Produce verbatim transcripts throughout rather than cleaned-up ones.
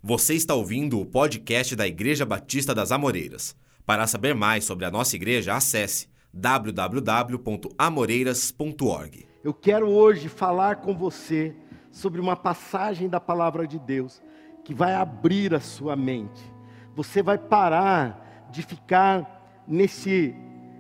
Você está ouvindo o podcast da Igreja Batista das Amoreiras. Para saber mais sobre a nossa igreja, acesse w w w ponto amoreiras ponto org. Eu quero hoje falar com você sobre uma passagem da Palavra de Deus que vai abrir a sua mente. Você vai parar de ficar nesse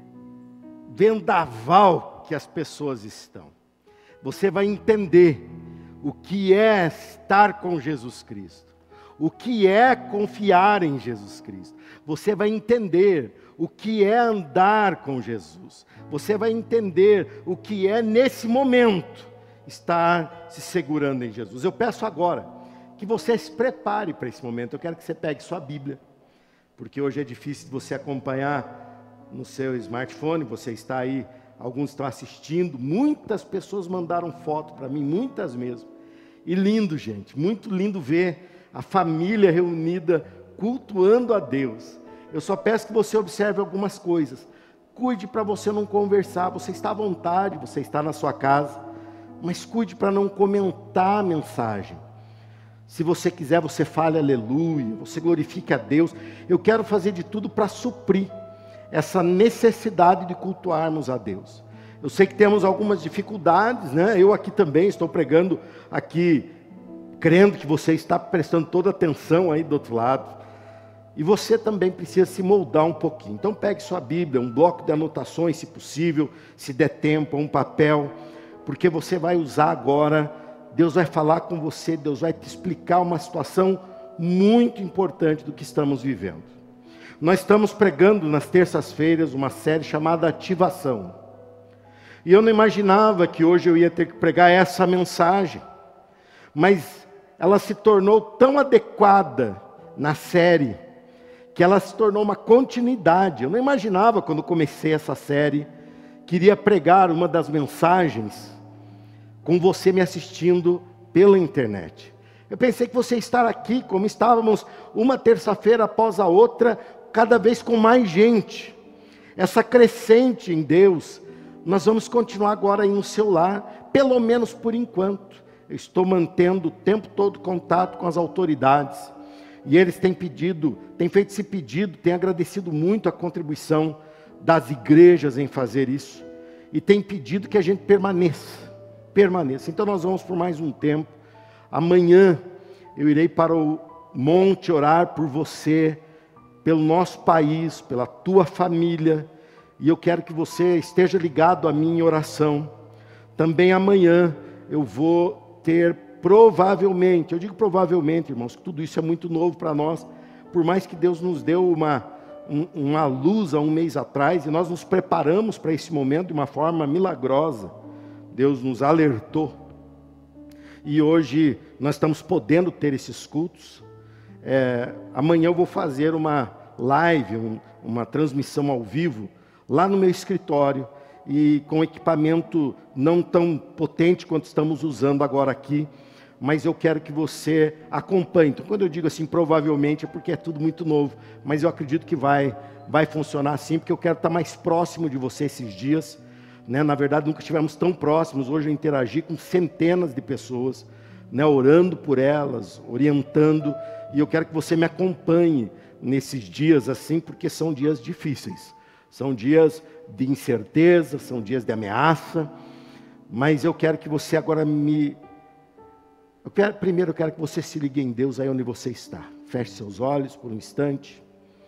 vendaval que as pessoas estão. Você vai entender o que é estar com Jesus Cristo. O que é confiar em Jesus Cristo. Você vai entender o que é andar com Jesus. Você vai entender o que é, nesse momento, estar se segurando em Jesus. Eu peço agora que você se prepare para esse momento. Eu quero que você pegue sua Bíblia, porque hoje é difícil você acompanhar no seu smartphone. Você está aí, alguns estão assistindo. Muitas pessoas mandaram foto para mim, muitas mesmo. E lindo, gente, muito lindo ver a família reunida, cultuando a Deus. Eu só peço que você observe algumas coisas. Cuide para você não conversar. Você está à vontade, você está na sua casa, mas cuide para não comentar a mensagem. Se você quiser, você fale aleluia, você glorifique a Deus. Eu quero fazer de tudo para suprir essa necessidade de cultuarmos a Deus. Eu sei que temos algumas dificuldades, né? Eu aqui também estou pregando aqui, crendo que você está prestando toda a atenção aí do outro lado. E você também precisa se moldar um pouquinho. Então pegue sua Bíblia, um bloco de anotações, se possível, se der tempo, um papel, porque você vai usar agora, Deus vai falar com você, Deus vai te explicar uma situação muito importante do que estamos vivendo. Nós estamos pregando nas terças-feiras uma série chamada Ativação. E eu não imaginava que hoje eu ia ter que pregar essa mensagem, mas ela se tornou tão adequada na série, que ela se tornou uma continuidade. Eu não imaginava, quando comecei essa série, que iria pregar uma das mensagens com você me assistindo pela internet. Eu pensei que você ia estar aqui, como estávamos uma terça-feira após a outra, cada vez com mais gente. Essa crescente em Deus, nós vamos continuar agora aí no seu lar, pelo menos por enquanto. Eu estou mantendo o tempo todo contato com as autoridades. E eles têm pedido, têm feito esse pedido, têm agradecido muito a contribuição das igrejas em fazer isso. E têm pedido que a gente permaneça, permaneça. Então nós vamos por mais um tempo. Amanhã eu irei para o monte orar por você, pelo nosso país, pela tua família. E eu quero que você esteja ligado à minha oração. Também amanhã eu vou ter provavelmente, eu digo provavelmente, irmãos, que tudo isso é muito novo para nós, por mais que Deus nos deu uma, um, uma luz há um mês atrás, e nós nos preparamos para esse momento de uma forma milagrosa. Deus nos alertou, e hoje nós estamos podendo ter esses cultos. É, amanhã eu vou fazer uma live, um, uma transmissão ao vivo, lá no meu escritório, e com equipamento não tão potente quanto estamos usando agora aqui, mas eu quero que você acompanhe. Então, quando eu digo assim, provavelmente, é porque é tudo muito novo, mas eu acredito que vai, vai funcionar assim, porque eu quero estar mais próximo de você esses dias, né? Na verdade, nunca estivemos tão próximos. Hoje eu interagi com centenas de pessoas, né? Orando por elas, orientando, e eu quero que você me acompanhe nesses dias assim, porque são dias difíceis, são dias de incerteza, são dias de ameaça, mas eu quero que você agora me... Eu quero, primeiro eu quero que você se ligue em Deus aí onde você está. Feche seus olhos por um instante.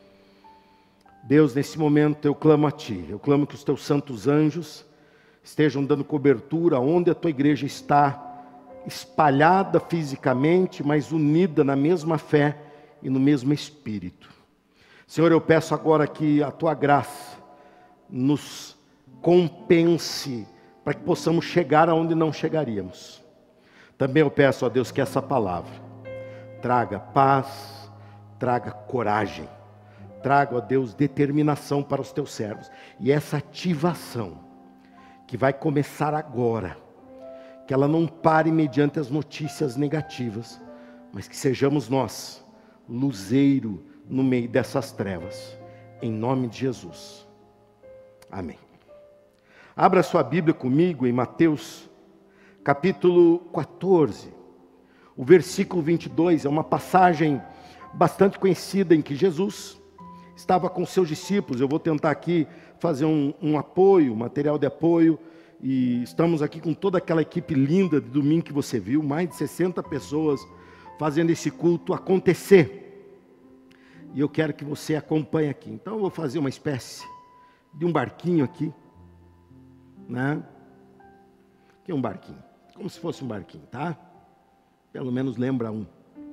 Deus, nesse momento eu clamo a Ti, eu clamo que os Teus santos anjos estejam dando cobertura onde a Tua igreja está, espalhada fisicamente, mas unida na mesma fé e no mesmo Espírito. Senhor, eu peço agora que a Tua graça nos compense, para que possamos chegar aonde não chegaríamos. Também eu peço a Deus que essa palavra traga paz, traga coragem, traga, ó Deus, determinação para os teus servos. E essa ativação que vai começar agora, que ela não pare mediante as notícias negativas, mas que sejamos nós, luzeiro no meio dessas trevas, em nome de Jesus. Amém. Abra sua Bíblia comigo em Mateus capítulo quatorze. O versículo vinte e dois é uma passagem bastante conhecida em que Jesus estava com seus discípulos. Eu vou tentar aqui fazer um, um apoio, material de apoio, e estamos aqui com toda aquela equipe linda de domingo que você viu, mais de sessenta pessoas fazendo esse culto acontecer. E eu quero que você acompanhe aqui. Então eu vou fazer uma espécie de um barquinho aqui, né? Que é um barquinho, como se fosse um barquinho, tá? Pelo menos lembra um.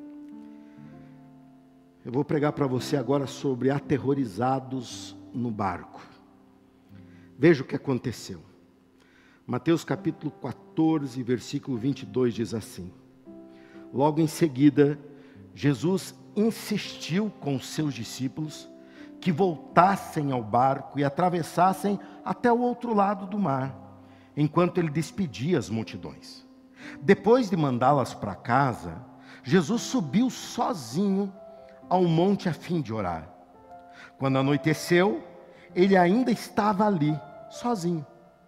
Eu vou pregar para você agora sobre aterrorizados no barco. Veja o que aconteceu. Mateus capítulo quatorze, versículo vinte e dois diz assim: logo em seguida, Jesus insistiu com os seus discípulos que voltassem ao barco e atravessassem até o outro lado do mar, enquanto ele despedia as multidões. Depois de mandá-las para casa, Jesus subiu sozinho ao monte a fim de orar. Quando anoiteceu, ele ainda estava ali, sozinho.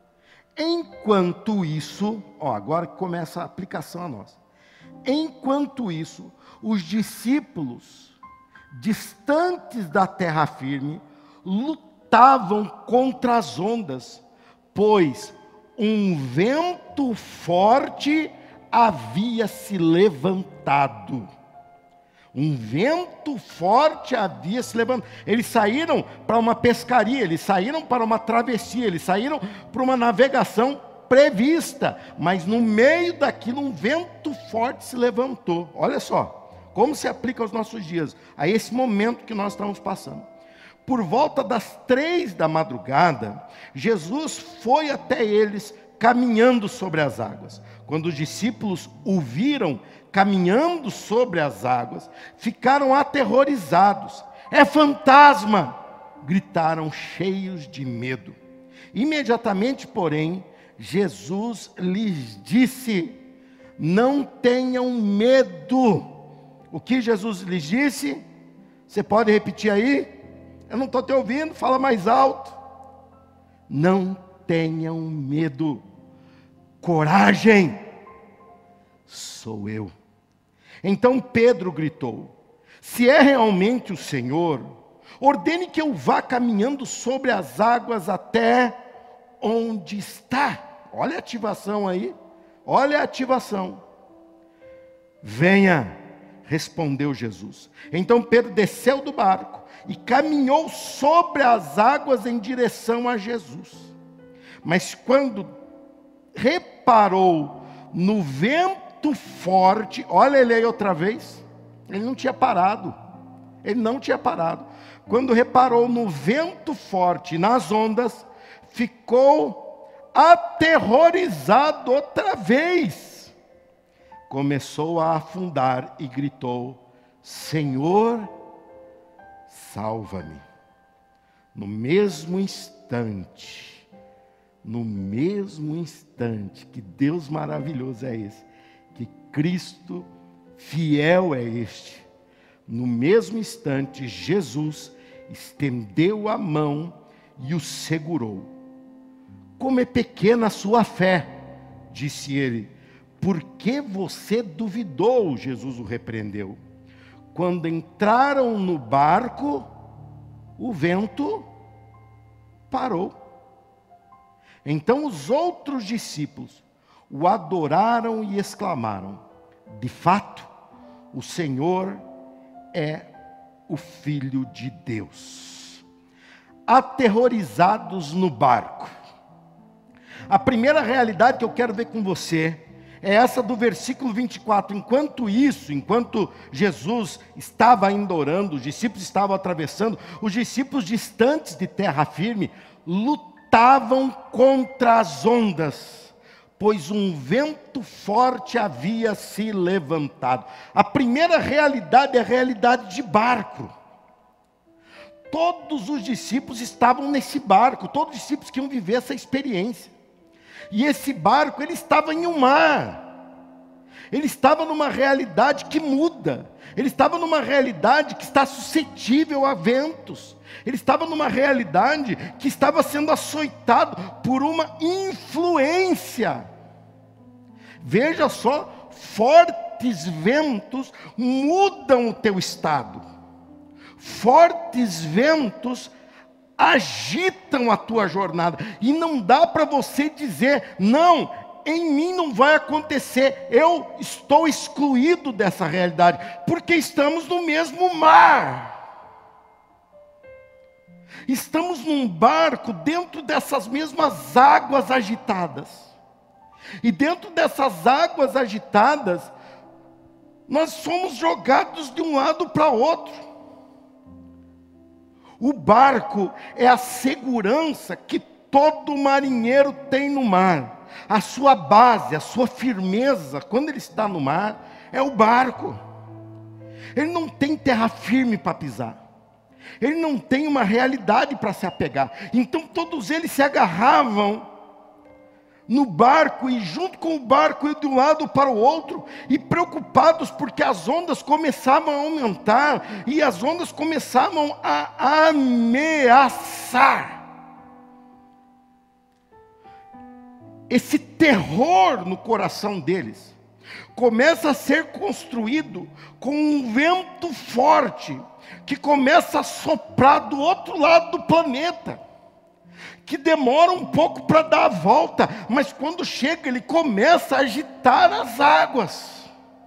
Enquanto isso, ó, agora começa a aplicação a nós. Enquanto isso, os discípulos, distantes da terra firme, lutavam contra as ondas, pois um vento forte havia se levantado. Um vento forte havia se levantado. Eles saíram para uma pescaria, eles saíram para uma travessia, eles saíram para uma navegação prevista, mas no meio daquilo um vento forte se levantou. Olha só, como se aplica aos nossos dias, a esse momento que nós estamos passando. Por volta das três da madrugada, Jesus foi até eles caminhando sobre as águas. Quando os discípulos o viram caminhando sobre as águas, ficaram aterrorizados. É fantasma! Gritaram cheios de medo. Imediatamente, porém, Jesus lhes disse: não tenham medo. O que Jesus lhes disse? Você pode repetir aí? Eu não estou te ouvindo, fala mais alto. Não tenham medo. Coragem, sou eu. Então Pedro gritou: se é realmente o Senhor, ordene que eu vá caminhando sobre as águas até onde está. Olha a ativação aí, olha a ativação. Venha, respondeu Jesus. Então Pedro desceu do barco e caminhou sobre as águas em direção a Jesus. Mas quando reparou no vento forte, olha ele aí outra vez, ele não tinha parado, ele não tinha parado. Quando reparou no vento forte, nas ondas, ficou aterrorizado outra vez. Começou a afundar e gritou: Senhor, salva-me. No mesmo instante, no mesmo instante, que Deus maravilhoso é esse, que Cristo fiel é este, no mesmo instante, Jesus estendeu a mão e o segurou. Como é pequena a sua fé, disse ele. Por que você duvidou? Jesus o repreendeu. Quando entraram no barco, o vento parou. Então os outros discípulos o adoraram e exclamaram: de fato, o Senhor é o Filho de Deus. Aterrorizados no barco. A primeira realidade que eu quero ver com você é essa do versículo vinte e quatro. Enquanto isso, enquanto Jesus estava ainda orando, os discípulos estavam atravessando, os discípulos distantes de terra firme lutavam contra as ondas, pois um vento forte havia se levantado. A primeira realidade é a realidade de barco. Todos os discípulos estavam nesse barco, todos os discípulos que iam viver essa experiência. E esse barco, ele estava em um mar, ele estava numa realidade que muda, ele estava numa realidade que está suscetível a ventos, ele estava numa realidade que estava sendo açoitado por uma influência, veja só, forte fortes ventos mudam o teu estado. Fortes ventos agitam a tua jornada. E não dá para você dizer, não, em mim não vai acontecer. Eu estou excluído dessa realidade, porque estamos no mesmo mar. Estamos num barco dentro dessas mesmas águas agitadas. E dentro dessas águas agitadas, nós somos jogados de um lado para outro. O barco é a segurança que todo marinheiro tem no mar. A sua base, a sua firmeza, quando ele está no mar, é o barco. Ele não tem terra firme para pisar. Ele não tem uma realidade para se apegar. Então todos eles se agarravam no barco, e junto com o barco iam de um lado para o outro, e preocupados porque as ondas começavam a aumentar, e as ondas começavam a ameaçar. Esse terror no coração deles começa a ser construído com um vento forte, que começa a soprar do outro lado do planeta, que demora um pouco para dar a volta, mas quando chega ele começa a agitar as águas.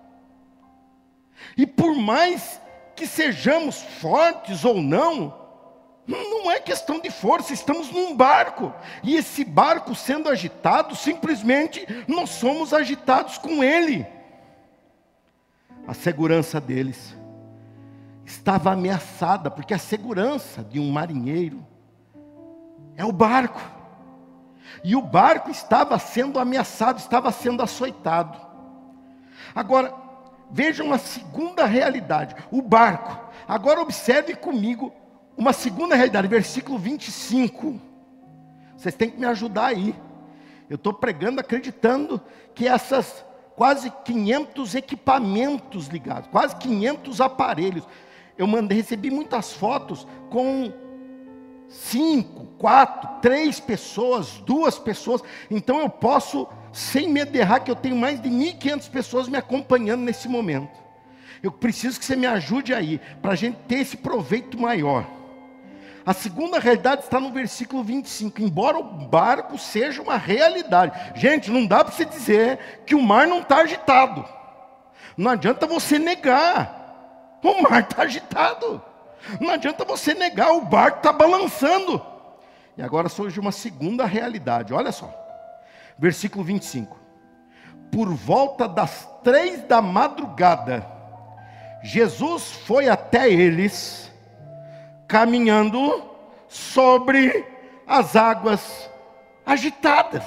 E por mais que sejamos fortes ou não, não é questão de força, estamos num barco, e esse barco sendo agitado, simplesmente nós somos agitados com ele. A segurança deles estava ameaçada, porque a segurança de um marinheiro é o barco. E o barco estava sendo ameaçado, estava sendo açoitado. Agora, vejam a segunda realidade, o barco. Agora observe comigo uma segunda realidade, versículo vinte e cinco. Vocês têm que me ajudar aí. Eu estou pregando acreditando que essas quase quinhentos equipamentos ligados, quase quinhentos aparelhos. Eu mandei, recebi muitas fotos com cinco, quatro, três pessoas, duas pessoas. Então eu posso, sem medo de errar, que eu tenho mais de mil e quinhentas pessoas me acompanhando nesse momento. Eu preciso que você me ajude aí, para a gente ter esse proveito maior. A segunda realidade está no versículo vinte e cinco. Embora o barco seja uma realidade. Gente, não dá para você dizer que o mar não está agitado. Não adianta você negar. O mar está agitado. Não adianta você negar, o barco está balançando. E agora surge uma segunda realidade, olha só. Versículo vinte e cinco. Por volta das três da madrugada, Jesus foi até eles, caminhando sobre as águas agitadas.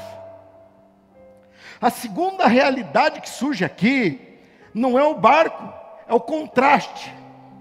A segunda realidade que surge aqui, não é o barco, é o contraste.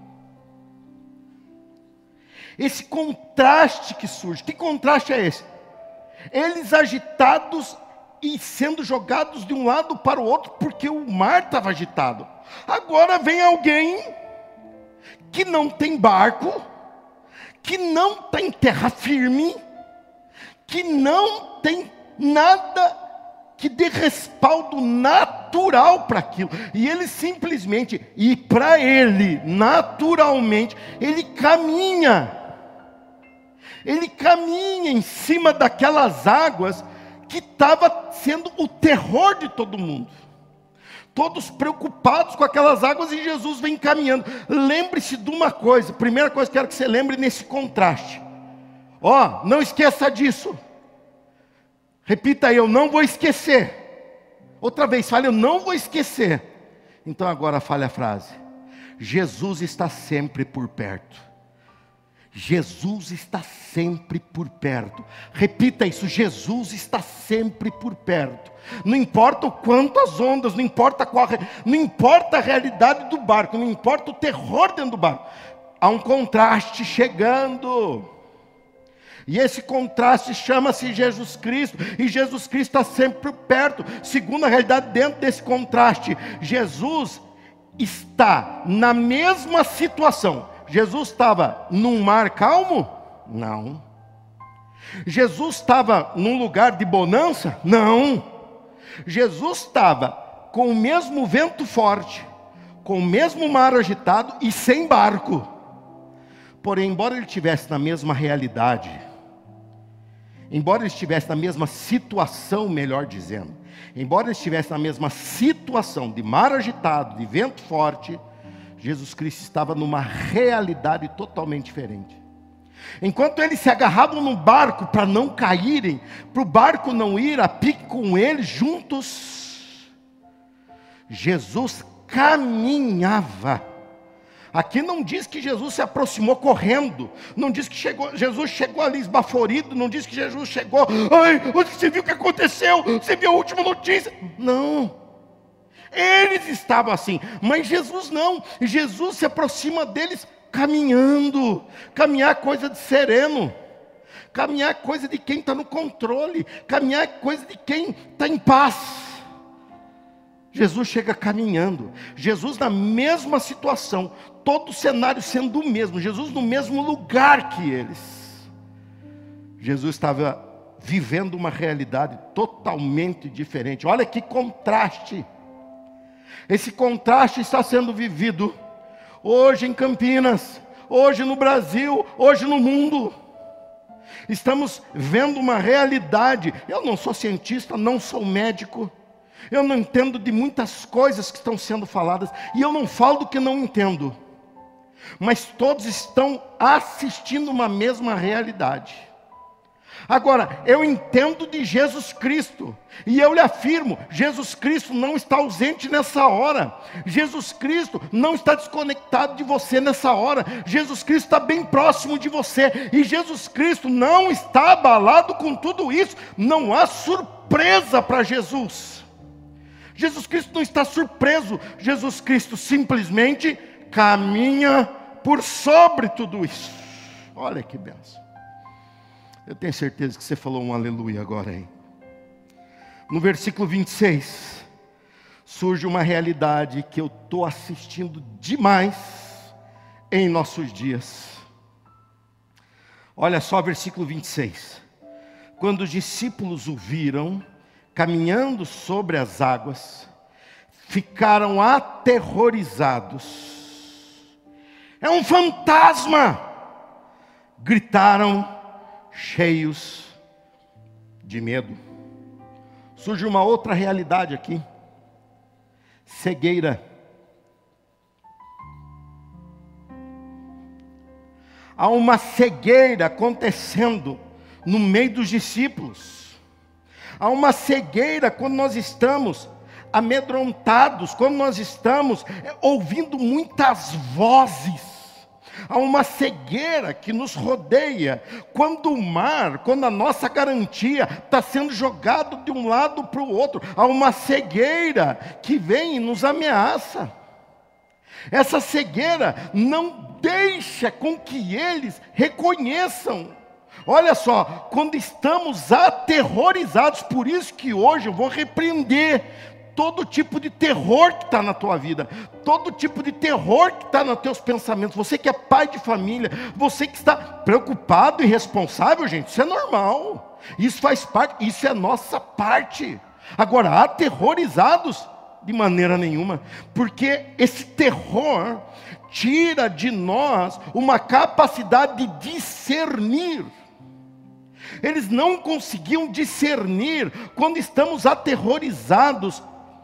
Esse contraste que surge, que contraste é esse? Eles agitados e sendo jogados de um lado para o outro, porque o mar estava agitado. Agora vem alguém que não tem barco, que não tem terra firme, que não tem nada que dê respaldo natural para aquilo. E ele simplesmente, e para ele, naturalmente, ele caminha. Ele caminha em cima daquelas águas que estava sendo o terror de todo mundo. Todos preocupados com aquelas águas, e Jesus vem caminhando. Lembre-se de uma coisa, primeira coisa que eu quero que você lembre nesse contraste. Ó, oh, não esqueça disso. Repita aí, eu não vou esquecer. Outra vez, fale, eu não vou esquecer. Então agora fale a frase. Jesus está sempre por perto. Jesus está sempre por perto. Repita isso, Jesus está sempre por perto. Não importa o quanto as ondas, não importa qual, não importa a realidade do barco, não importa o terror dentro do barco. Há um contraste chegando. E esse contraste chama-se Jesus Cristo. E Jesus Cristo está sempre perto. Segunda realidade dentro desse contraste, Jesus está na mesma situação. Jesus estava num mar calmo? Não. Jesus estava num lugar de bonança? Não. Jesus estava com o mesmo vento forte, com o mesmo mar agitado e sem barco. Porém, embora ele estivesse na mesma realidade, embora ele estivesse na mesma situação, melhor dizendo, embora ele estivesse na mesma situação de mar agitado, de vento forte, Jesus Cristo estava numa realidade totalmente diferente. Enquanto eles se agarravam no barco para não caírem, para o barco não ir a pique com eles juntos, Jesus caminhava. Aqui não diz que Jesus se aproximou correndo, não diz que chegou, Jesus chegou ali esbaforido, não diz que Jesus chegou, ai, você viu o que aconteceu, você viu a última notícia. Não, eles estavam assim, mas Jesus não. Jesus se aproxima deles caminhando. Caminhar é coisa de sereno, caminhar é coisa de quem está no controle, caminhar é coisa de quem está em paz. Jesus chega caminhando, Jesus na mesma situação, todo o cenário sendo o mesmo, Jesus no mesmo lugar que eles. Jesus estava vivendo uma realidade totalmente diferente. Olha que contraste. Esse contraste está sendo vivido hoje em Campinas, hoje no Brasil, hoje no mundo. Estamos vendo uma realidade. Eu não sou cientista, não sou médico, eu não entendo de muitas coisas que estão sendo faladas, e eu não falo do que não entendo, mas todos estão assistindo uma mesma realidade. Agora, eu entendo de Jesus Cristo, e eu lhe afirmo, Jesus Cristo não está ausente nessa hora, Jesus Cristo não está desconectado de você nessa hora, Jesus Cristo está bem próximo de você, e Jesus Cristo não está abalado com tudo isso. Não há surpresa para Jesus. Jesus Cristo não está surpreso, Jesus Cristo simplesmente caminha por sobre tudo isso. Olha que benção. Eu tenho certeza que você falou um aleluia agora aí. No versículo vinte e seis, surge uma realidade que eu estou assistindo demais em nossos dias. Olha só, versículo vinte e seis. Quando os discípulos o viram caminhando sobre as águas, ficaram aterrorizados. É um fantasma! Gritaram, cheios de medo. Surge uma outra realidade aqui: cegueira. Há uma cegueira acontecendo no meio dos discípulos. Há uma cegueira quando nós estamos amedrontados, quando nós estamos ouvindo muitas vozes. Há uma cegueira que nos rodeia, quando o mar, quando a nossa garantia está sendo jogado de um lado para o outro. Há uma cegueira que vem e nos ameaça. Essa cegueira não deixa com que eles reconheçam. Olha só, quando estamos aterrorizados, por isso que hoje eu vou repreender todo tipo de terror que está na tua vida, todo tipo de terror que está nos teus pensamentos. Você que é pai de família, você que está preocupado e responsável, gente, isso é normal, isso faz parte, isso é nossa parte. Agora, aterrorizados, de maneira nenhuma, porque esse terror tira de nós uma capacidade de discernir. Eles não conseguiam discernir quando estamos aterrorizados.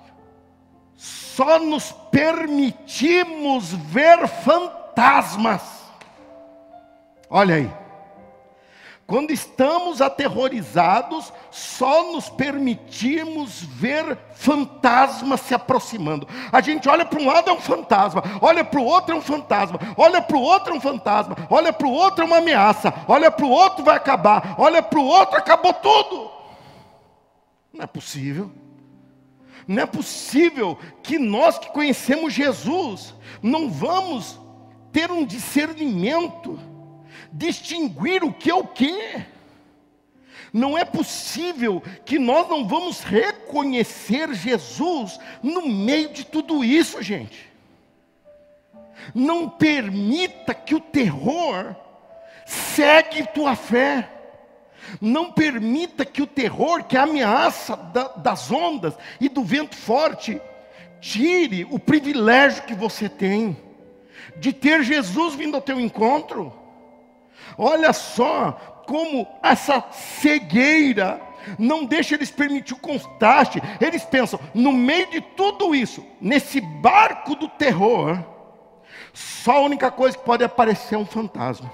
Só nos permitimos ver fantasmas. Olha aí. Quando estamos aterrorizados, só nos permitimos ver fantasmas se aproximando. A gente olha para um lado, é um fantasma, olha para o outro, é um fantasma, olha para o outro, é um fantasma, olha para o outro, é uma ameaça, olha para o outro, vai acabar, olha para o outro, acabou tudo. Não é possível. Não é possível que nós que conhecemos Jesus não vamos ter um discernimento, distinguir o que é o que. Não é possível que nós não vamos reconhecer Jesus no meio de tudo isso, gente. Não permita que o terror cegue tua fé. Não permita que o terror, que a ameaça da, das ondas e do vento forte tire o privilégio que você tem de ter Jesus vindo ao teu encontro. Olha só como essa cegueira não deixa eles permitir o contraste. Eles pensam, no meio de tudo isso, nesse barco do terror, só a única coisa que pode aparecer é um fantasma.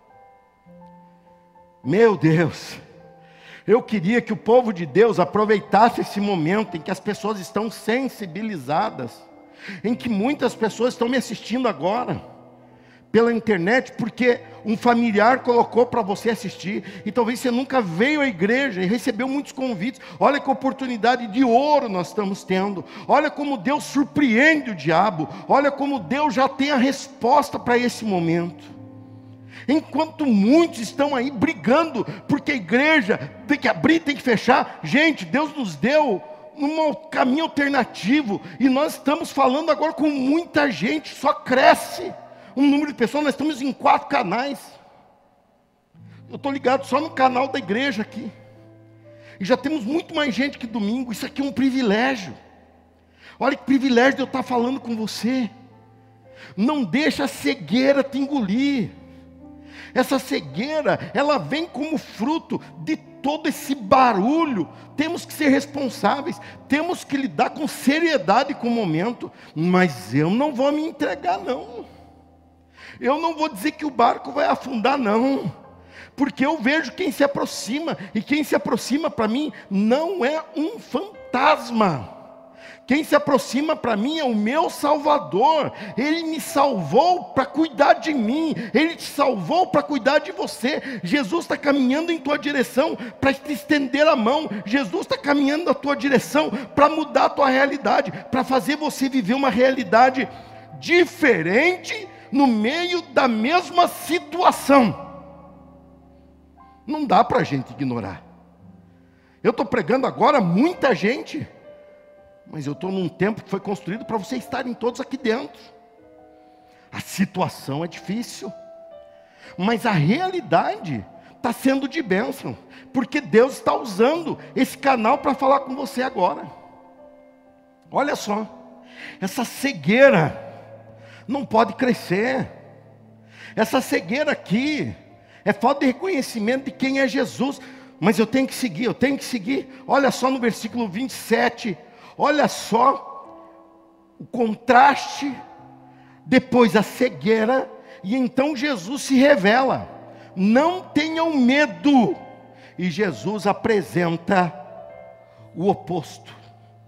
Meu Deus, eu queria que o povo de Deus aproveitasse esse momento em que as pessoas estão sensibilizadas, em que muitas pessoas estão me assistindo agora pela internet, porque um familiar colocou para você assistir, e talvez você nunca veio à igreja e recebeu muitos convites. Olha que oportunidade de ouro nós estamos tendo. Olha como Deus surpreende o diabo. Olha como Deus já tem a resposta para esse momento. Enquanto muitos estão aí brigando, porque a igreja tem que abrir, tem que fechar. Gente, Deus nos deu um caminho alternativo, e nós estamos falando agora com muita gente, só cresce um número de pessoas. Nós estamos em quatro canais. Eu estou ligado só no canal da igreja aqui, e já temos muito mais gente que domingo. Isso aqui é um privilégio. Olha que privilégio de eu estar falando com você. Não deixa a cegueira te engolir. Essa cegueira, ela vem como fruto de todo esse barulho. Temos que ser responsáveis, temos que lidar com seriedade com o momento. Mas eu não vou me entregar não. Eu não vou dizer que o barco vai afundar não, porque eu vejo quem se aproxima, e quem se aproxima para mim não é um fantasma. Quem se aproxima para mim é o meu Salvador. Ele me salvou para cuidar de mim. Ele te salvou para cuidar de você. Jesus está caminhando em tua direção para te estender a mão. Jesus está caminhando na tua direção para mudar a tua realidade, para fazer você viver uma realidade diferente no meio da mesma situação. Não dá para a gente ignorar. Eu estou pregando agora muita gente, mas eu estou num tempo que foi construído para vocês estarem todos aqui dentro. A situação é difícil, mas a realidade está sendo de bênção, porque Deus está usando esse canal para falar com você agora. Olha só, essa cegueira não pode crescer. Essa cegueira aqui é falta de reconhecimento de quem é Jesus. Mas eu tenho que seguir, eu tenho que seguir. Olha só no versículo vinte e sete. Olha só o contraste. Depois a cegueira, e então Jesus se revela. Não tenham medo. E Jesus apresenta o oposto.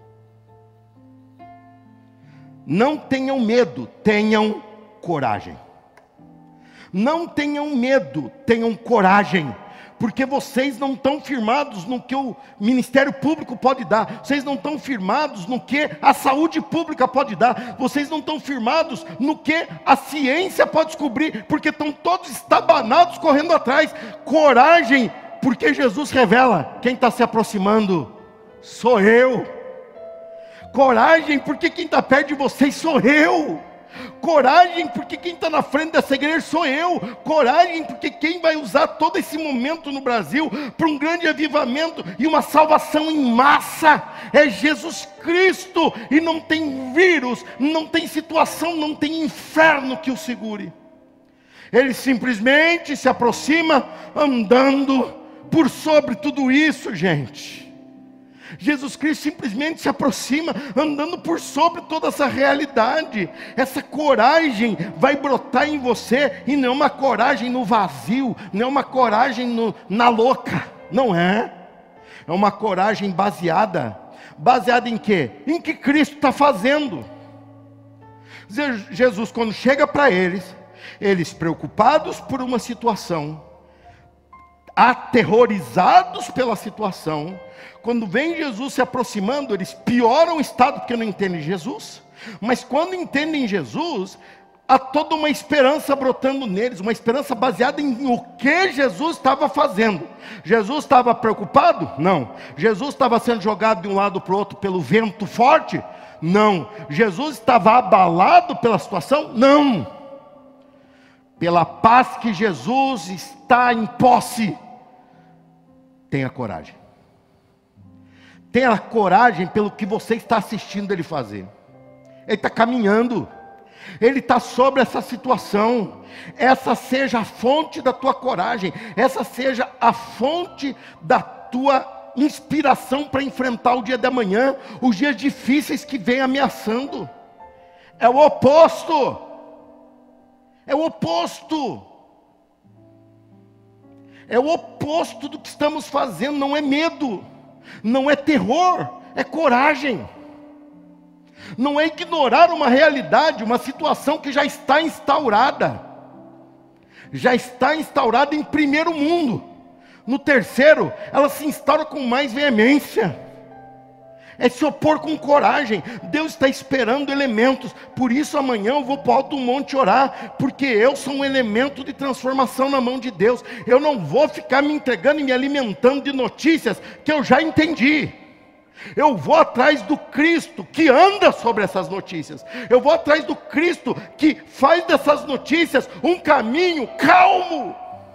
Não tenham medo, tenham coragem. Não tenham medo, tenham coragem. Porque vocês não estão firmados no que o Ministério Público pode dar. Vocês não estão firmados no que a saúde pública pode dar. Vocês não estão firmados no que a ciência pode descobrir. Porque estão todos estabanados correndo atrás. Coragem, porque Jesus revela: quem está se aproximando sou eu. Coragem, porque quem está perto de vocês sou eu. Coragem, porque quem está na frente dessa igreja sou eu. Coragem, porque quem vai usar todo esse momento no Brasil para um grande avivamento e uma salvação em massa é Jesus Cristo. E não tem vírus, não tem situação, não tem inferno que o segure. Ele simplesmente se aproxima andando por sobre tudo isso, gente. Jesus Cristo simplesmente se aproxima, andando por sobre toda essa realidade. Essa coragem vai brotar em você, e não é uma coragem no vazio, não é uma coragem no, na louca, não é. É uma coragem baseada, baseada em quê? Em que Cristo está fazendo. Jesus, quando chega para eles, eles preocupados por uma situação, aterrorizados pela situação, quando vem Jesus se aproximando, eles pioram o estado porque não entendem Jesus. Mas quando entendem Jesus, há toda uma esperança brotando neles, uma esperança baseada em o que Jesus estava fazendo. Jesus estava preocupado? Não. Jesus estava sendo jogado de um lado para o outro pelo vento forte? Não. Jesus estava abalado pela situação? Não. Pela paz que Jesus está em posse. Tenha coragem. Tenha coragem pelo que você está assistindo ele fazer. Ele está caminhando. Ele está sobre essa situação. Essa seja a fonte da tua coragem. Essa seja a fonte da tua inspiração para enfrentar o dia da manhã, os dias difíceis que vem ameaçando. É o oposto. É o oposto. É o oposto do que estamos fazendo. Não é medo, não é terror, é coragem. Não é ignorar uma realidade, uma situação que já está instaurada. Já está instaurada em primeiro mundo. No terceiro, ela se instaura com mais veemência. É se opor com coragem. Deus está esperando elementos. Por isso amanhã eu vou para o alto do monte orar, porque eu sou um elemento de transformação na mão de Deus. Eu não vou ficar me entregando e me alimentando de notícias que eu já entendi. Eu vou atrás do Cristo que anda sobre essas notícias. Eu vou atrás do Cristo que faz dessas notícias um caminho calmo.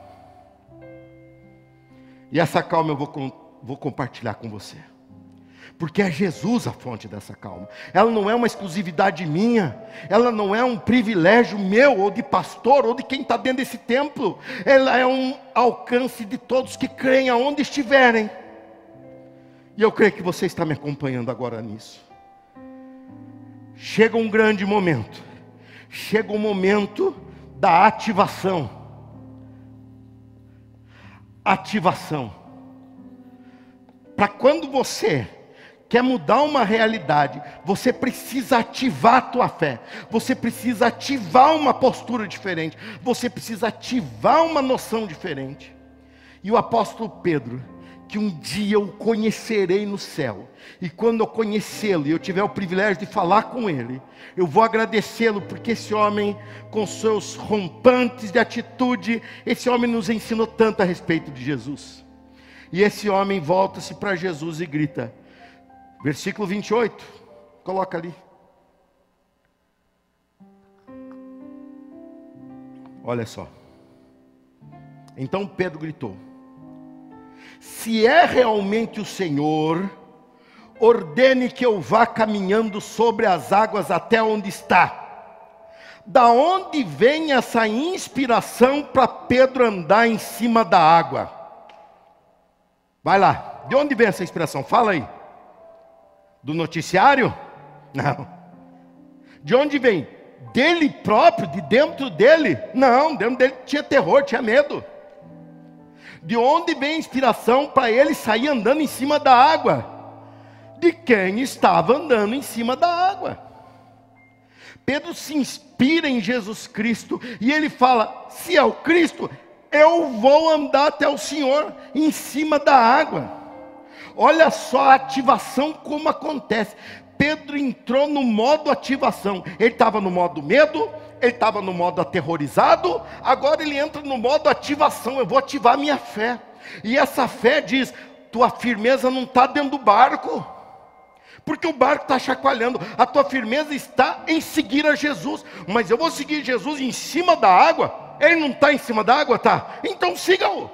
E essa calma eu vou, com, vou compartilhar com você. Porque é Jesus a fonte dessa calma. Ela não é uma exclusividade minha. Ela não é um privilégio meu, ou de pastor, ou de quem está dentro desse templo. Ela é um alcance de todos que creem aonde estiverem. E eu creio que você está me acompanhando agora nisso. Chega um grande momento. Chega o momento da ativação. Ativação. Para quando você quer mudar uma realidade, você precisa ativar a tua fé. Você precisa ativar uma postura diferente. Você precisa ativar uma noção diferente. E o apóstolo Pedro, que um dia eu conhecerei no céu, e quando eu conhecê-lo, e eu tiver o privilégio de falar com ele, eu vou agradecê-lo, porque esse homem, com seus rompantes de atitude, esse homem nos ensinou tanto a respeito de Jesus. E esse homem volta-se para Jesus e grita, versículo vinte e oito, coloca ali. Olha só. Então Pedro gritou, se é realmente o Senhor, ordene que eu vá caminhando sobre as águas até onde está. Da onde vem essa inspiração para Pedro andar em cima da água? Vai lá, de onde vem essa inspiração? Fala aí. Do noticiário? Não. De onde vem? Dele próprio, de dentro dele? Não, dentro dele tinha terror, tinha medo. De onde vem a inspiração para ele sair andando em cima da água? De quem estava andando em cima da água. Pedro se inspira em Jesus Cristo e ele fala, se é o Cristo, eu vou andar até o Senhor em cima da água. Olha só a ativação como acontece. Pedro entrou no modo ativação. Ele estava no modo medo, ele estava no modo aterrorizado, agora ele entra no modo ativação. Eu vou ativar minha fé. E essa fé diz, tua firmeza não está dentro do barco, porque o barco está chacoalhando. A tua firmeza está em seguir a Jesus. Mas eu vou seguir Jesus em cima da água? Ele não está em cima da água, tá? Então siga-o.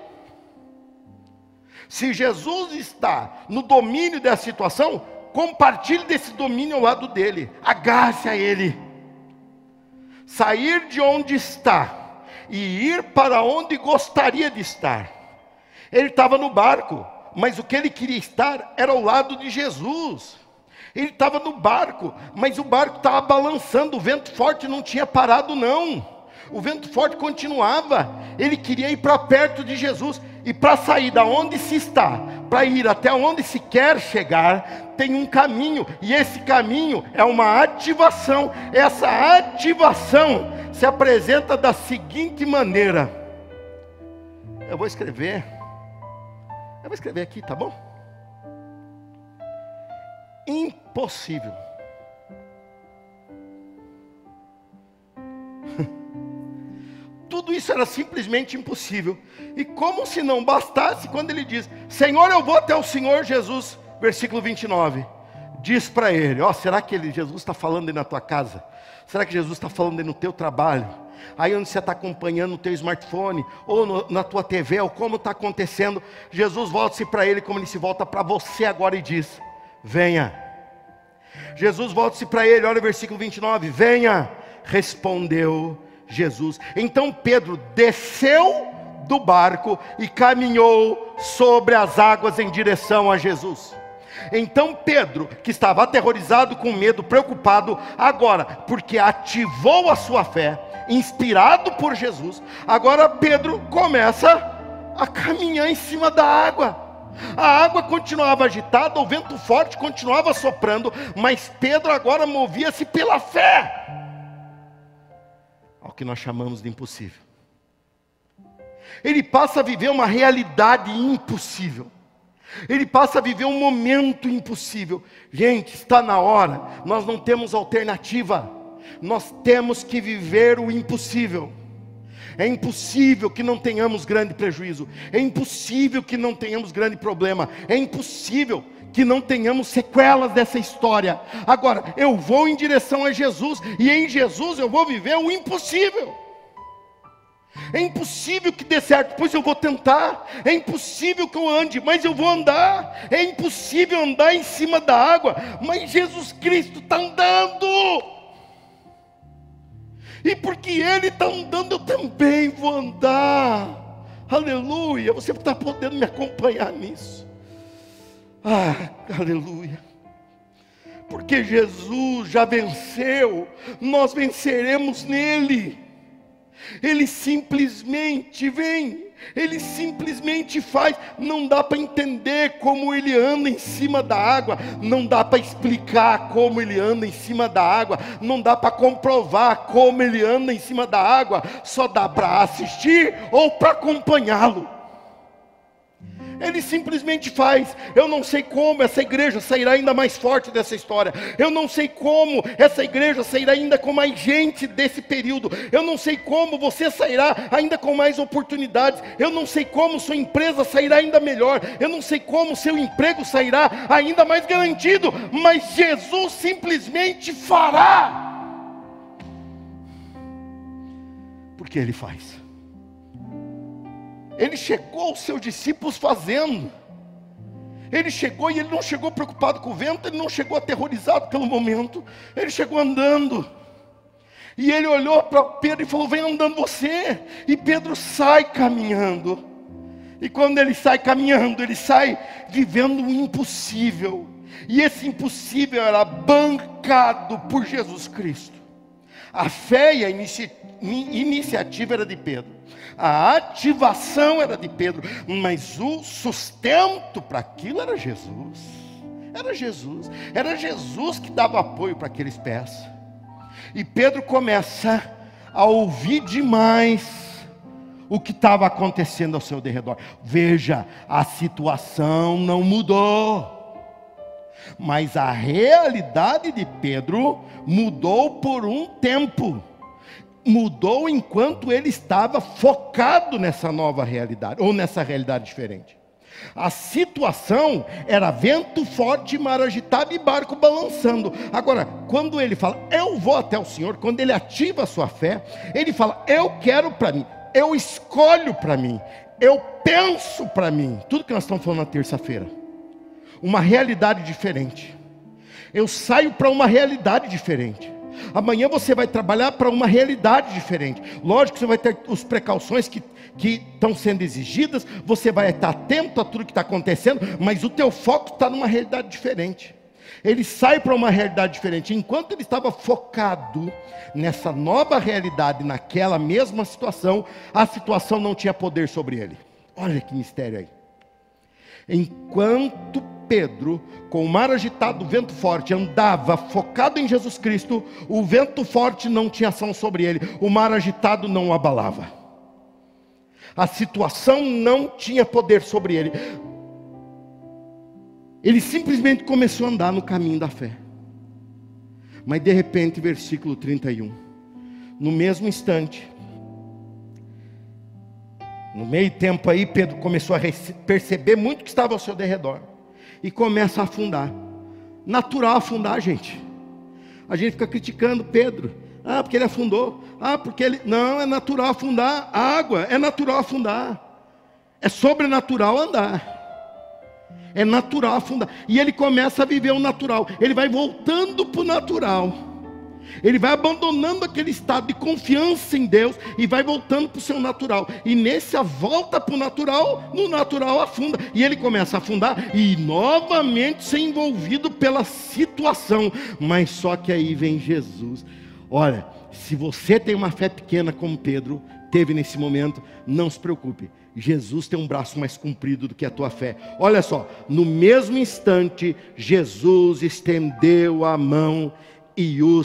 Se Jesus está no domínio dessa situação, compartilhe desse domínio ao lado dele. Agarre-se a ele. Sair de onde está e ir para onde gostaria de estar. Ele estava no barco, mas o que ele queria estar era ao lado de Jesus. Ele estava no barco, mas o barco estava balançando, o vento forte não tinha parado não. O vento forte continuava. Ele queria ir para perto de Jesus. E para sair da onde se está, para ir até onde se quer chegar, tem um caminho. E esse caminho é uma ativação. Essa ativação se apresenta da seguinte maneira. Eu vou escrever. Eu vou escrever aqui, tá bom? Impossível. Tudo isso era simplesmente impossível. E como se não bastasse, quando ele diz, Senhor, eu vou até o Senhor Jesus, versículo vinte e nove, diz para ele, ó, será que ele, Jesus está falando aí na tua casa? Será que Jesus está falando aí no teu trabalho? Aí onde você está acompanhando no teu smartphone, ou no, na tua T V, ou como está acontecendo, Jesus volta-se para ele como ele se volta para você agora e diz, venha. Jesus volta-se para ele, olha o versículo vinte e nove. Venha, respondeu Jesus. Então Pedro desceu do barco e caminhou sobre as águas em direção a Jesus. Então Pedro, que estava aterrorizado, com medo, preocupado, agora, porque ativou a sua fé, inspirado por Jesus, agora Pedro começa a caminhar em cima da água. A água continuava agitada, o vento forte continuava soprando, mas Pedro agora movia-se pela fé, ao que nós chamamos de impossível. Ele passa a viver uma realidade impossível. Ele passa a viver um momento impossível. Gente, está na hora. Nós não temos alternativa. Nós temos que viver o impossível. É impossível que não tenhamos grande prejuízo. É impossível que não tenhamos grande problema. É impossível que não tenhamos sequelas dessa história. Agora, eu vou em direção a Jesus, e em Jesus eu vou viver o impossível. É impossível que dê certo, pois eu vou tentar. É impossível que eu ande, mas eu vou andar. É impossível andar em cima da água, mas Jesus Cristo está andando. E porque Ele está andando, eu também vou andar. Aleluia, você está podendo me acompanhar nisso. Ah, aleluia. Porque Jesus já venceu, nós venceremos nele. Ele simplesmente vem, Ele simplesmente faz. Não dá para entender como Ele anda em cima da água, não dá para explicar como Ele anda em cima da água, não dá para comprovar como Ele anda em cima da água, só dá para assistir ou para acompanhá-lo. Ele simplesmente faz. Eu não sei como essa igreja sairá ainda mais forte dessa história. Eu não sei como essa igreja sairá ainda com mais gente desse período. Eu não sei como você sairá ainda com mais oportunidades. Eu não sei como sua empresa sairá ainda melhor. Eu não sei como seu emprego sairá ainda mais garantido. Mas Jesus simplesmente fará. Porque Ele faz. Ele chegou aos seus discípulos fazendo. Ele chegou e ele não chegou preocupado com o vento, ele não chegou aterrorizado pelo momento, ele chegou andando. E ele olhou para Pedro e falou: vem andando você. E Pedro sai caminhando. E quando ele sai caminhando, ele sai vivendo o impossível. E esse impossível era bancado por Jesus Cristo. A fé e a inici- iniciativa era de Pedro. A ativação era de Pedro, mas o sustento para aquilo era Jesus. Era Jesus. Era Jesus que dava apoio para aqueles pés. E Pedro começa a ouvir demais o que estava acontecendo ao seu derredor. Veja, a situação não mudou, mas a realidade de Pedro mudou por um tempo. Mudou enquanto ele estava focado nessa nova realidade, ou nessa realidade diferente. A situação era vento forte, mar agitado e barco balançando. Agora, quando ele fala, eu vou até o Senhor, quando ele ativa a sua fé, ele fala, eu quero para mim, eu escolho para mim, eu penso para mim. Tudo que nós estamos falando na terça-feira. Uma realidade diferente. Eu saio para uma realidade diferente. Amanhã você vai trabalhar para uma realidade diferente. Lógico que você vai ter as precauções que, que estão sendo exigidas. Você vai estar atento a tudo que está acontecendo, mas o teu foco está numa realidade diferente. Ele sai para uma realidade diferente. Enquanto ele estava focado nessa nova realidade, naquela mesma situação, a situação não tinha poder sobre ele. Olha que mistério aí. Enquanto Pedro, com o mar agitado, o vento forte, andava focado em Jesus Cristo, o vento forte não tinha ação sobre ele, o mar agitado não o abalava. A situação não tinha poder sobre ele. Ele simplesmente começou a andar no caminho da fé. Mas de repente, versículo trinta e um, no mesmo instante, no meio tempo aí, Pedro começou a perceber muito que estava ao seu derredor. E começa a afundar. Natural afundar, gente. A gente fica criticando Pedro. Ah, porque ele afundou. Ah, porque ele... Não, é natural afundar. A água é natural afundar. É sobrenatural andar. É natural afundar. E ele começa a viver o natural. Ele vai voltando para o natural. Ele vai abandonando aquele estado de confiança em Deus e vai voltando para o seu natural. E nessa volta para o natural, no natural afunda. E ele começa a afundar e novamente ser envolvido pela situação. Mas só que aí vem Jesus. Olha, se você tem uma fé pequena como Pedro teve nesse momento, não se preocupe. Jesus tem um braço mais comprido do que a tua fé. Olha só, no mesmo instante, Jesus estendeu a mão e o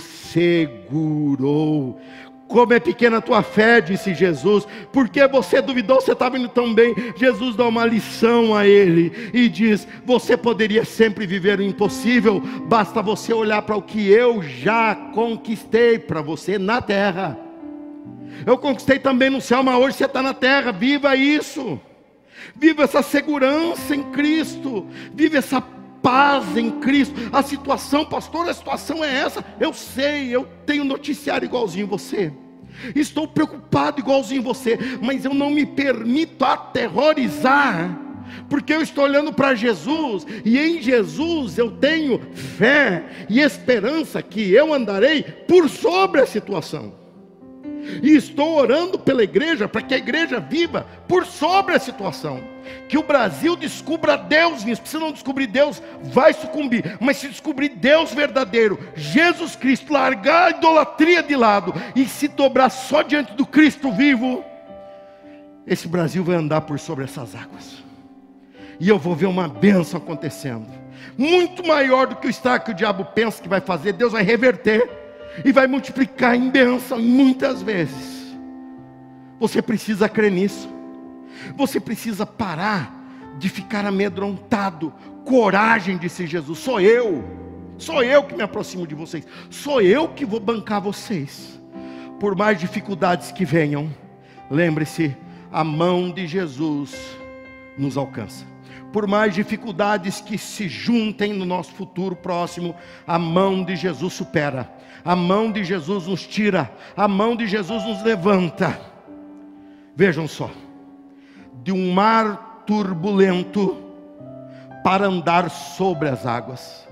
segurou. Como é pequena a tua fé, disse Jesus. Porque você duvidou, você estava indo tão bem. Jesus dá uma lição a ele e diz: você poderia sempre viver o impossível, basta você olhar para o que eu já conquistei para você na terra. Eu conquistei também no céu, mas hoje você está na terra. Viva isso. Viva essa segurança em Cristo. Viva essa paz em Cristo. A situação, pastor, a situação é essa. Eu sei, eu tenho noticiário igualzinho você. Estou preocupado igualzinho você. Mas eu não me permito aterrorizar, porque eu estou olhando para Jesus. E em Jesus eu tenho fé e esperança que eu andarei por sobre a situação. E estou orando pela igreja, para que a igreja viva por sobre a situação. Que o Brasil descubra Deus nisso. Se não descobrir Deus, vai sucumbir. Mas se descobrir Deus verdadeiro, Jesus Cristo, largar a idolatria de lado e se dobrar só diante do Cristo vivo, esse Brasil vai andar por sobre essas águas. E eu vou ver uma bênção acontecendo, muito maior do que o estrago que o diabo pensa que vai fazer. Deus vai reverter e vai multiplicar em bênção muitas vezes. Você precisa crer nisso. Você precisa parar de ficar amedrontado. Coragem, disse Jesus. Sou eu. Sou eu que me aproximo de vocês. Sou eu que vou bancar vocês. Por mais dificuldades que venham, lembre-se, a mão de Jesus nos alcança. Por mais dificuldades que se juntem no nosso futuro próximo, a mão de Jesus supera. A mão de Jesus nos tira. A mão de Jesus nos levanta. Vejam só. De um mar turbulento para andar sobre as águas.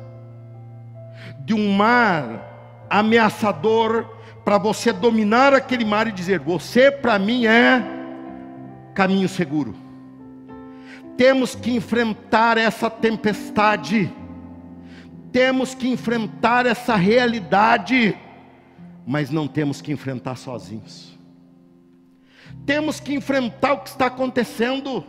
De um mar ameaçador para você dominar aquele mar e dizer: você para mim é caminho seguro. Temos que enfrentar essa tempestade. Temos que enfrentar essa realidade. Mas não temos que enfrentar sozinhos. Temos que enfrentar o que está acontecendo.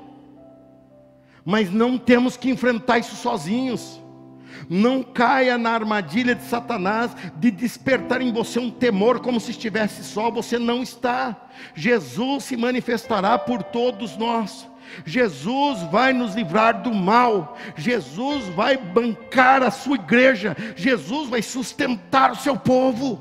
Mas não temos que enfrentar isso sozinhos. Não caia na armadilha de Satanás de despertar em você um temor como se estivesse só. Você não está. Jesus se manifestará por todos nós. Jesus vai nos livrar do mal. Jesus vai bancar a sua igreja. Jesus vai sustentar o seu povo.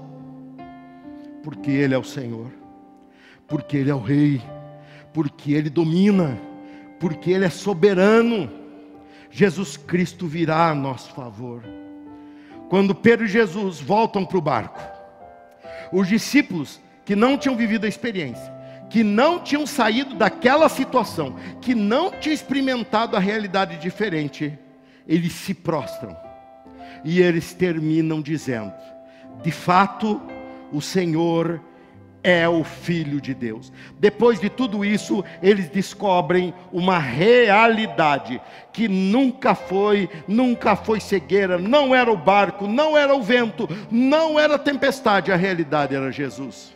Porque Ele é o Senhor. Porque Ele é o Rei. Porque Ele domina. Porque Ele é soberano. Jesus Cristo virá a nosso favor. Quando Pedro e Jesus voltam para o barco, os discípulos que não tinham vivido a experiência, que não tinham saído daquela situação, que não tinham experimentado a realidade diferente, eles se prostram. E eles terminam dizendo: de fato, o Senhor é o Filho de Deus. Depois de tudo isso, eles descobrem uma realidade que nunca foi, nunca foi cegueira, não era o barco, não era o vento, não era a tempestade, a realidade era Jesus.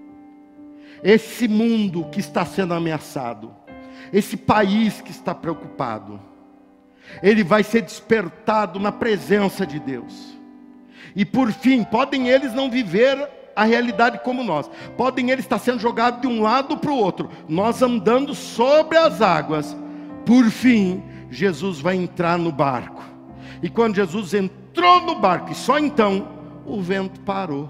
Esse mundo que está sendo ameaçado, esse país que está preocupado, ele vai ser despertado na presença de Deus. E por fim, podem eles não viver a realidade como nós, podem eles estar sendo jogados de um lado para o outro, nós andando sobre as águas. Por fim, Jesus vai entrar no barco. E quando Jesus entrou no barco, e só então, o vento parou.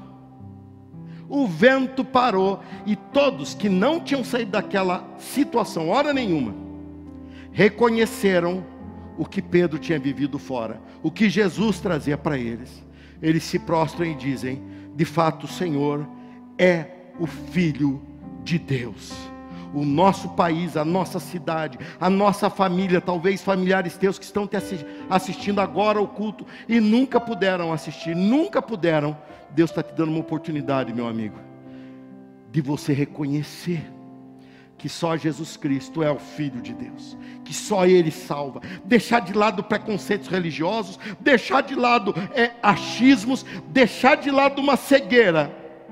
O vento parou, e todos que não tinham saído daquela situação, hora nenhuma, reconheceram o que Pedro tinha vivido fora, o que Jesus trazia para eles. Eles se prostram e dizem: de fato o Senhor é o Filho de Deus. o nosso país, a nossa cidade, a nossa família, talvez familiares teus que estão te assistindo agora ao culto e nunca puderam assistir, nunca puderam. Deus está te dando uma oportunidade, meu amigo, de você reconhecer que só Jesus Cristo é o Filho de Deus, que só Ele salva, deixar de lado preconceitos religiosos, deixar de lado é, achismos, deixar de lado uma cegueira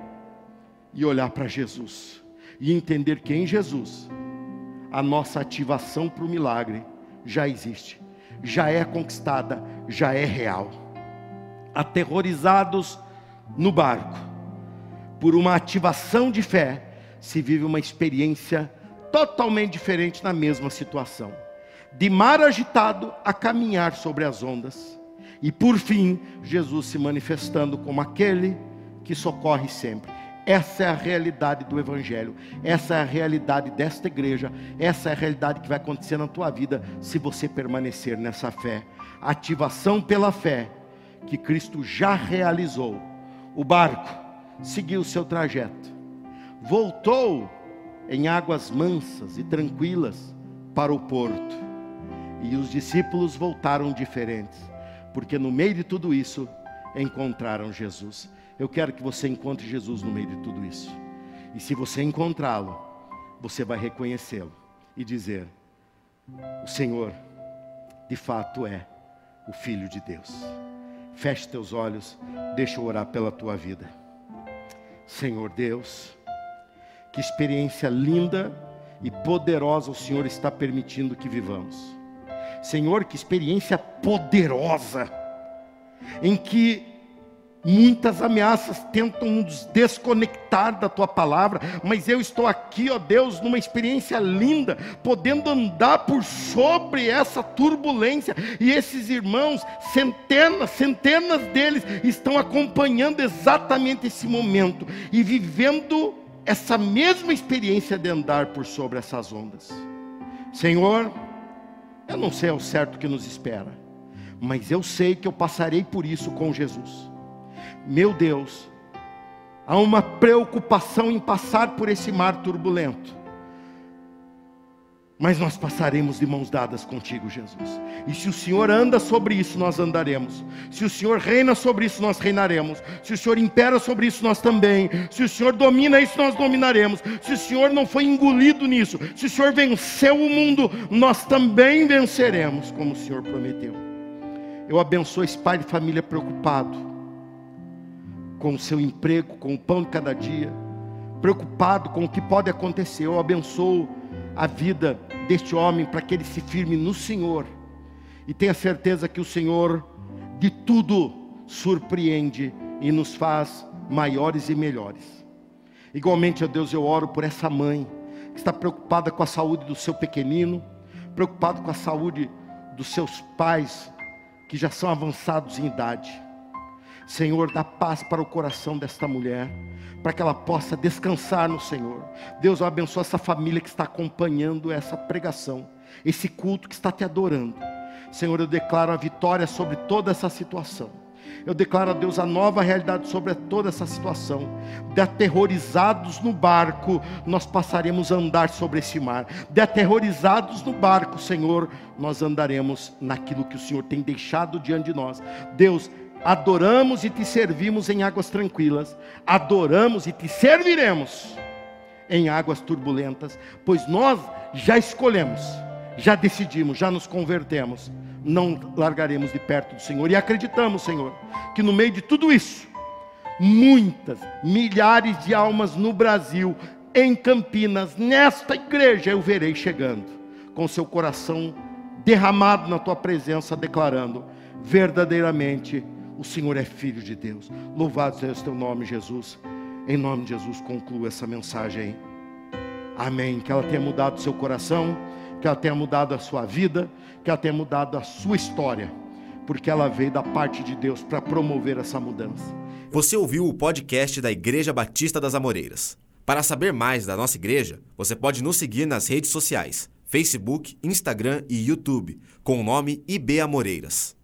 e olhar para Jesus e entender que em Jesus a nossa ativação para o milagre já existe, já é conquistada, já é real. Aterrorizados no barco, por uma ativação de fé, se vive uma experiência totalmente diferente na mesma situação. De mar agitado a caminhar sobre as ondas. E por fim, Jesus se manifestando como aquele que socorre sempre. Essa é a realidade do Evangelho. Essa é a realidade desta igreja. Essa é a realidade que vai acontecer na tua vida se você permanecer nessa fé. Ativação pela fé que Cristo já realizou. O barco seguiu o seu trajeto. Voltou em águas mansas e tranquilas para o porto. E os discípulos voltaram diferentes, porque no meio de tudo isso encontraram Jesus. Eu quero que você encontre Jesus no meio de tudo isso. E se você encontrá-lo, você vai reconhecê-lo e dizer: o Senhor de fato é o Filho de Deus. Feche teus olhos, deixa eu orar pela tua vida. Senhor Deus, que experiência linda e poderosa o Senhor está permitindo que vivamos. Senhor, que experiência poderosa, em que muitas ameaças tentam nos desconectar da Tua palavra, mas eu estou aqui, ó Deus, numa experiência linda, podendo andar por sobre essa turbulência, e esses irmãos, centenas, centenas deles, estão acompanhando exatamente esse momento, e vivendo essa mesma experiência de andar por sobre essas ondas. Senhor, eu não sei ao certo o que nos espera, mas eu sei que eu passarei por isso com Jesus. Meu Deus, há uma preocupação em passar por esse mar turbulento, mas nós passaremos de mãos dadas contigo, Jesus. E se o Senhor anda sobre isso, nós andaremos. Se o Senhor reina sobre isso, nós reinaremos. Se o Senhor impera sobre isso, nós também. Se o Senhor domina isso, nós dominaremos. Se o Senhor não foi engolido nisso, se o Senhor venceu o mundo, nós também venceremos, como o Senhor prometeu. Eu abençoo esse pai de família preocupado com o seu emprego, com o pão de cada dia, preocupado com o que pode acontecer. Eu abençoo a vida deste homem para que ele se firme no Senhor e tenha certeza que o Senhor de tudo surpreende e nos faz maiores e melhores. Igualmente, ó Deus, eu oro por essa mãe que está preocupada com a saúde do seu pequenino, preocupado com a saúde dos seus pais que já são avançados em idade. Senhor, dá paz para o coração desta mulher, para que ela possa descansar no Senhor. Deus, eu abençoo essa família que está acompanhando essa pregação, esse culto que está te adorando. Senhor, eu declaro a vitória sobre toda essa situação. Eu declaro a Deus a nova realidade sobre toda essa situação. De aterrorizados no barco, nós passaremos a andar sobre esse mar. De aterrorizados no barco, Senhor, nós andaremos naquilo que o Senhor tem deixado diante de nós. Deus, adoramos e te servimos em águas tranquilas, adoramos e te serviremos em águas turbulentas, pois nós já escolhemos, já decidimos, já nos convertemos, não largaremos de perto do Senhor, e acreditamos, Senhor, que no meio de tudo isso, muitas, milhares de almas no Brasil, em Campinas, nesta igreja, eu verei chegando, com seu coração derramado na tua presença, declarando, verdadeiramente, o Senhor é Filho de Deus. Louvado seja o teu nome, Jesus. Em nome de Jesus, concluo essa mensagem. Amém. Que ela tenha mudado o seu coração, que ela tenha mudado a sua vida, que ela tenha mudado a sua história, porque ela veio da parte de Deus para promover essa mudança. Você ouviu o podcast da Igreja Batista das Amoreiras. Para saber mais da nossa igreja, você pode nos seguir nas redes sociais, Facebook, Instagram e YouTube, com o nome I B Amoreiras.